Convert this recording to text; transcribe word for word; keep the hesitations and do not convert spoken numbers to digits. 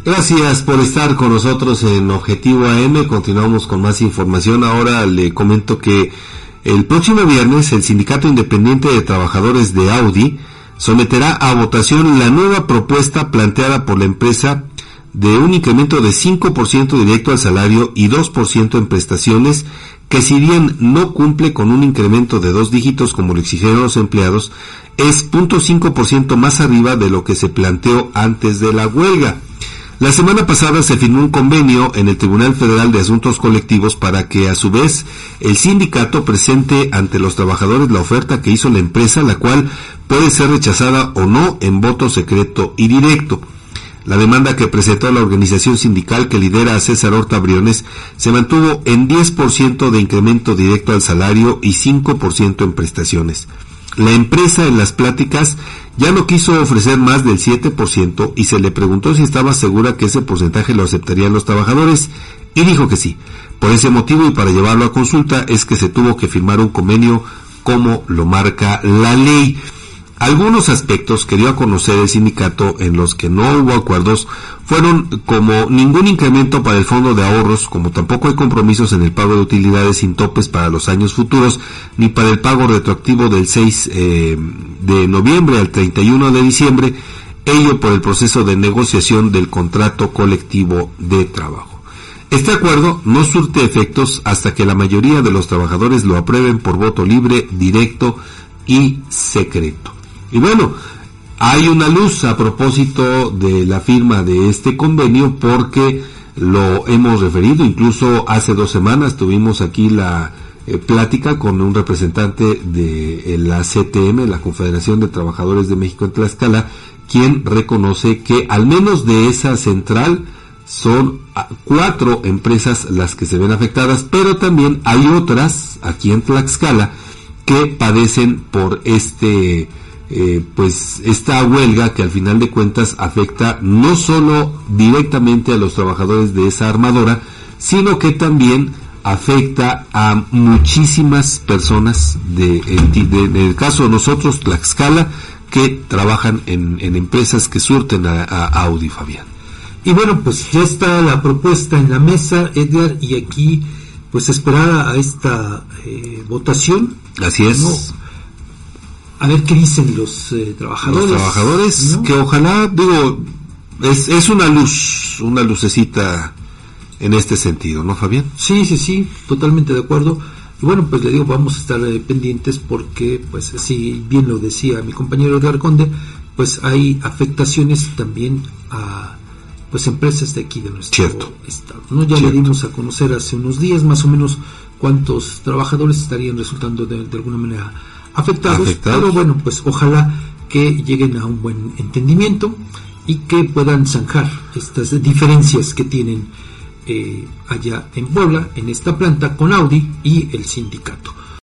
Gracias por estar con nosotros en Objetivo A M. Continuamos con más información. Ahora le comento que el próximo viernes el Sindicato Independiente de Trabajadores de Audi someterá a votación la nueva propuesta planteada por la empresa de un incremento de cinco por ciento directo al salario y dos por ciento en prestaciones, que si bien no cumple con un incremento de dos dígitos como lo exigieron los empleados, es cero punto cinco por ciento más arriba de lo que se planteó antes de la huelga. La semana pasada se firmó un convenio en el Tribunal Federal de Asuntos Colectivos para que, a su vez, el sindicato presente ante los trabajadores la oferta que hizo la empresa, la cual puede ser rechazada o no en voto secreto y directo. La demanda que presentó la organización sindical que lidera a César Horta Briones se mantuvo en diez por ciento de incremento directo al salario y cinco por ciento en prestaciones. La empresa en las pláticas ya no quiso ofrecer más del siete por ciento y se le preguntó si estaba segura que ese porcentaje lo aceptarían los trabajadores y dijo que sí. Por ese motivo y para llevarlo a consulta es que se tuvo que firmar un convenio como lo marca la ley. Algunos aspectos que dio a conocer el sindicato en los que no hubo acuerdos fueron como ningún incremento para el fondo de ahorros, como tampoco hay compromisos en el pago de utilidades sin topes para los años futuros, ni para el pago retroactivo del seis eh, de noviembre al treinta y uno de diciembre, ello por el proceso de negociación del contrato colectivo de trabajo. Este acuerdo no surte efectos hasta que la mayoría de los trabajadores lo aprueben por voto libre, directo y secreto. Y bueno, hay una luz a propósito de la firma de este convenio porque lo hemos referido, incluso hace dos semanas tuvimos aquí la eh, plática con un representante de la C T M, la Confederación de Trabajadores de México en Tlaxcala, quien reconoce que al menos de esa central son cuatro empresas las que se ven afectadas, pero también hay otras aquí en Tlaxcala que padecen por este Eh, pues esta huelga que al final de cuentas afecta no solo directamente a los trabajadores de esa armadora, sino que también afecta a muchísimas personas de, de, de, en el caso de nosotros, Tlaxcala, que trabajan en, en empresas que surten a, a Audi, Fabián. Y bueno, pues ya está la propuesta en la mesa, Edgar, y aquí pues esperar a esta eh, votación. Así es. ¿No? A ver qué dicen los eh, trabajadores. Los trabajadores, ¿no? Que ojalá, digo, es, es una luz, una lucecita en este sentido, ¿no, Fabián? Sí, sí, sí, totalmente de acuerdo. Y bueno, pues le digo, vamos a estar eh, pendientes porque, pues así bien lo decía mi compañero Edgar Conde, pues hay afectaciones también a pues empresas de aquí de nuestro Cierto. estado, ¿no? Ya Cierto. le dimos a conocer hace unos días más o menos cuántos trabajadores estarían resultando de, de alguna manera afectados, afectados, pero bueno, pues ojalá que lleguen a un buen entendimiento y que puedan zanjar estas diferencias que tienen eh, allá en Puebla, en esta planta, con Audi y el sindicato.